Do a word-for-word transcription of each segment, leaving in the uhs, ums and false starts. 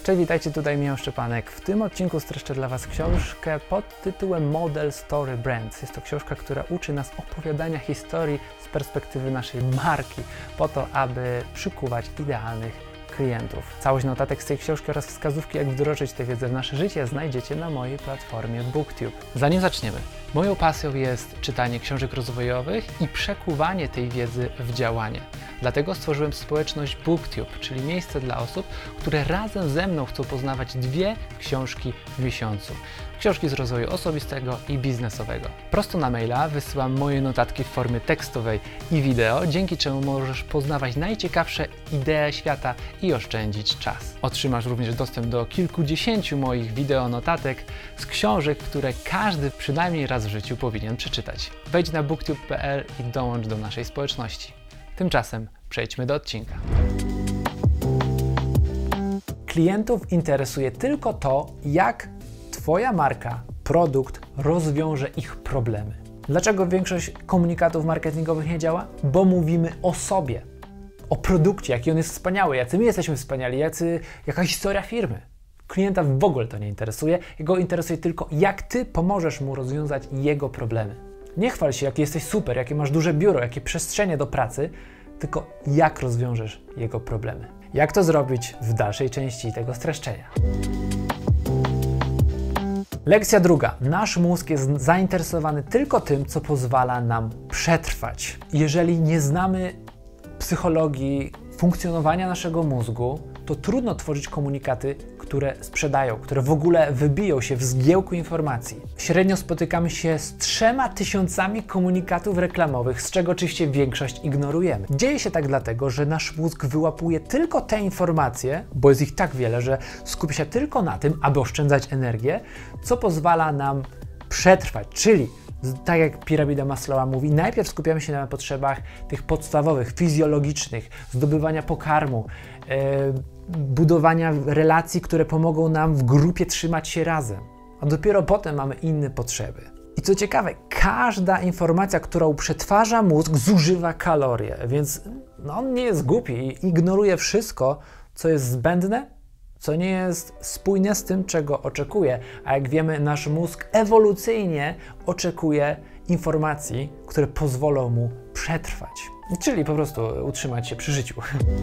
Cześć, witajcie, tutaj Michał Szczepanek. W tym odcinku streszczę dla Was książkę pod tytułem Model Story Brands. Jest to książka, która uczy nas opowiadania historii z perspektywy naszej marki, po to, aby przykuwać idealnych klientów. Całość notatek z tej książki oraz wskazówki, jak wdrożyć tę wiedzę w nasze życie, znajdziecie na mojej platformie BookTube. Zanim zaczniemy, moją pasją jest czytanie książek rozwojowych i przekuwanie tej wiedzy w działanie. Dlatego stworzyłem społeczność BookTube, czyli miejsce dla osób, które razem ze mną chcą poznawać dwie książki w miesiącu. Książki z rozwoju osobistego i biznesowego. Prosto na maila wysyłam moje notatki w formie tekstowej i wideo, dzięki czemu możesz poznawać najciekawsze idee świata i oszczędzić czas. Otrzymasz również dostęp do kilkudziesięciu moich wideo notatek z książek, które każdy przynajmniej raz w życiu powinien przeczytać. Wejdź na booktube kropka p l i dołącz do naszej społeczności. Tymczasem przejdźmy do odcinka. Klientów interesuje tylko to, jak Twoja marka, produkt rozwiąże ich problemy. Dlaczego większość komunikatów marketingowych nie działa? Bo mówimy o sobie, o produkcie, jaki on jest wspaniały, jacy my jesteśmy wspaniali, jacy, jaka historia firmy. Klienta w ogóle to nie interesuje, jego interesuje tylko, jak Ty pomożesz mu rozwiązać jego problemy. Nie chwal się, jaki jesteś super, jakie masz duże biuro, jakie przestrzenie do pracy, tylko jak rozwiążesz jego problemy. Jak to zrobić w dalszej części tego streszczenia. Lekcja druga. Nasz mózg jest zainteresowany tylko tym, co pozwala nam przetrwać. Jeżeli nie znamy psychologii funkcjonowania naszego mózgu, to trudno tworzyć komunikaty, które sprzedają, które w ogóle wybiją się w zgiełku informacji. Średnio spotykamy się z trzema tysiącami komunikatów reklamowych, z czego oczywiście większość ignorujemy. Dzieje się tak dlatego, że nasz mózg wyłapuje tylko te informacje, bo jest ich tak wiele, że skupia się tylko na tym, aby oszczędzać energię, co pozwala nam przetrwać, czyli tak jak piramida Maslowa mówi, najpierw skupiamy się na potrzebach tych podstawowych, fizjologicznych, zdobywania pokarmu, yy, budowania relacji, które pomogą nam w grupie trzymać się razem, a dopiero potem mamy inne potrzeby. I co ciekawe, każda informacja, którą przetwarza mózg, zużywa kalorie, więc no, on nie jest głupi i ignoruje wszystko, co jest zbędne, co nie jest spójne z tym, czego oczekuje. A jak wiemy, nasz mózg ewolucyjnie oczekuje informacji, które pozwolą mu przetrwać. Czyli po prostu utrzymać się przy życiu.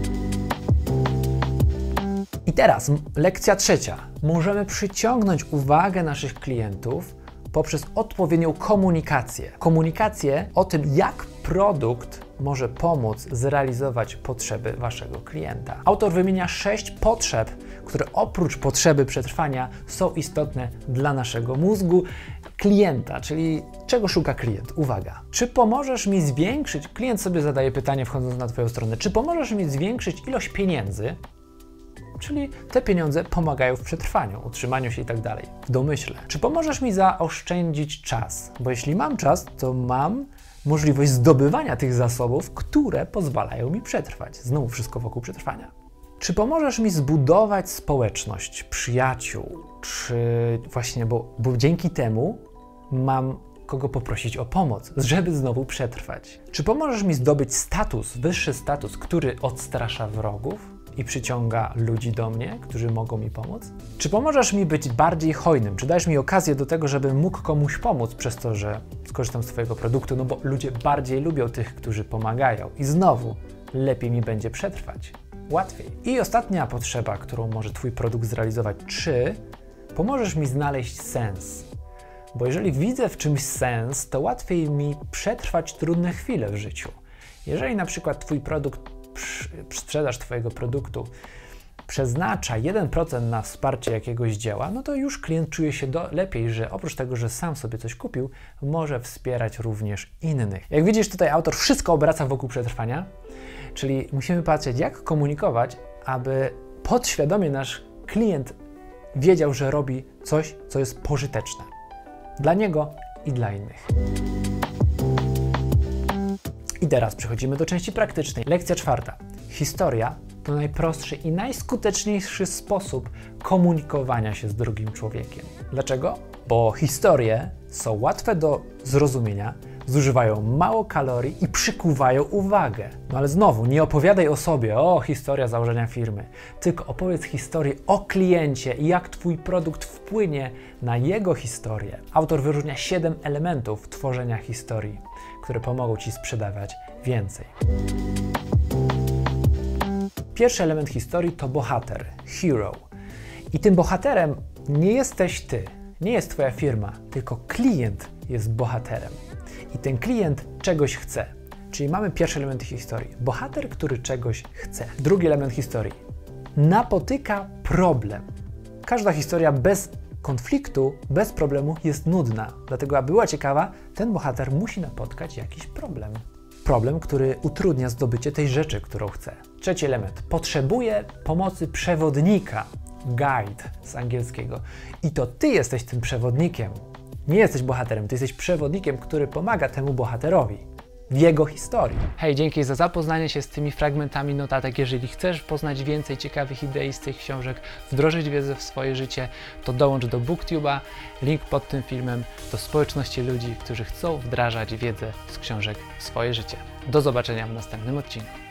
I teraz lekcja trzecia. Możemy przyciągnąć uwagę naszych klientów poprzez odpowiednią komunikację. Komunikację o tym, jak produkt może pomóc zrealizować potrzeby Waszego klienta. Autor wymienia sześć potrzeb, które oprócz potrzeby przetrwania są istotne dla naszego mózgu klienta, czyli czego szuka klient? Uwaga. Czy pomożesz mi zwiększyć, klient sobie zadaje pytanie wchodząc na Twoją stronę, czy pomożesz mi zwiększyć ilość pieniędzy, czyli te pieniądze pomagają w przetrwaniu, utrzymaniu się i tak dalej, w domyśle. Czy pomożesz mi zaoszczędzić czas? Bo jeśli mam czas, to mam możliwość zdobywania tych zasobów, które pozwalają mi przetrwać. Znowu wszystko wokół przetrwania. Czy pomożesz mi zbudować społeczność, przyjaciół, czy właśnie, bo, bo dzięki temu mam kogo poprosić o pomoc, żeby znowu przetrwać. Czy pomożesz mi zdobyć status, wyższy status, który odstrasza wrogów i przyciąga ludzi do mnie, którzy mogą mi pomóc? Czy pomożesz mi być bardziej hojnym? Czy dajesz mi okazję do tego, żebym mógł komuś pomóc przez to, że skorzystam z Twojego produktu? No bo ludzie bardziej lubią tych, którzy pomagają. I znowu, lepiej mi będzie przetrwać. Łatwiej. I ostatnia potrzeba, którą może Twój produkt zrealizować. Czy pomożesz mi znaleźć sens? Bo jeżeli widzę w czymś sens, to łatwiej mi przetrwać trudne chwile w życiu. Jeżeli na przykład Twój produkt, sprzedaż Twojego produktu przeznacza jeden procent na wsparcie jakiegoś dzieła, no to już klient czuje się do, lepiej, że oprócz tego, że sam sobie coś kupił, może wspierać również innych. Jak widzisz, tutaj autor wszystko obraca wokół przetrwania, czyli musimy patrzeć, jak komunikować, aby podświadomie nasz klient wiedział, że robi coś, co jest pożyteczne dla niego i dla innych. I teraz przechodzimy do części praktycznej. Lekcja czwarta. Historia to najprostszy i najskuteczniejszy sposób komunikowania się z drugim człowiekiem. Dlaczego? bo historie są łatwe do zrozumienia, zużywają mało kalorii i przykuwają uwagę. No ale znowu, nie opowiadaj o sobie, o historia założenia firmy, tylko opowiedz historię o kliencie i jak Twój produkt wpłynie na jego historię. Autor wyróżnia siedem elementów tworzenia historii, które pomogą Ci sprzedawać więcej. Pierwszy element historii to bohater, hero. I tym bohaterem nie jesteś Ty, nie jest Twoja firma, tylko klient jest bohaterem. I ten klient czegoś chce. Czyli mamy pierwszy element historii. Bohater, który czegoś chce. Drugi element historii. Napotyka problem. Każda historia bez konfliktu, bez problemu jest nudna. Dlatego, aby była ciekawa, ten bohater musi napotkać jakiś problem. Problem, który utrudnia zdobycie tej rzeczy, którą chce. Trzeci element. Potrzebuje pomocy przewodnika. Guide z angielskiego. I to Ty jesteś tym przewodnikiem. Nie jesteś bohaterem, Ty jesteś przewodnikiem, który pomaga temu bohaterowi w jego historii. Hej, dzięki za zapoznanie się z tymi fragmentami notatek. Jeżeli chcesz poznać więcej ciekawych idei z tych książek, wdrożyć wiedzę w swoje życie, to dołącz do BookTube'a, link pod tym filmem, do społeczności ludzi, którzy chcą wdrażać wiedzę z książek w swoje życie. Do zobaczenia w następnym odcinku.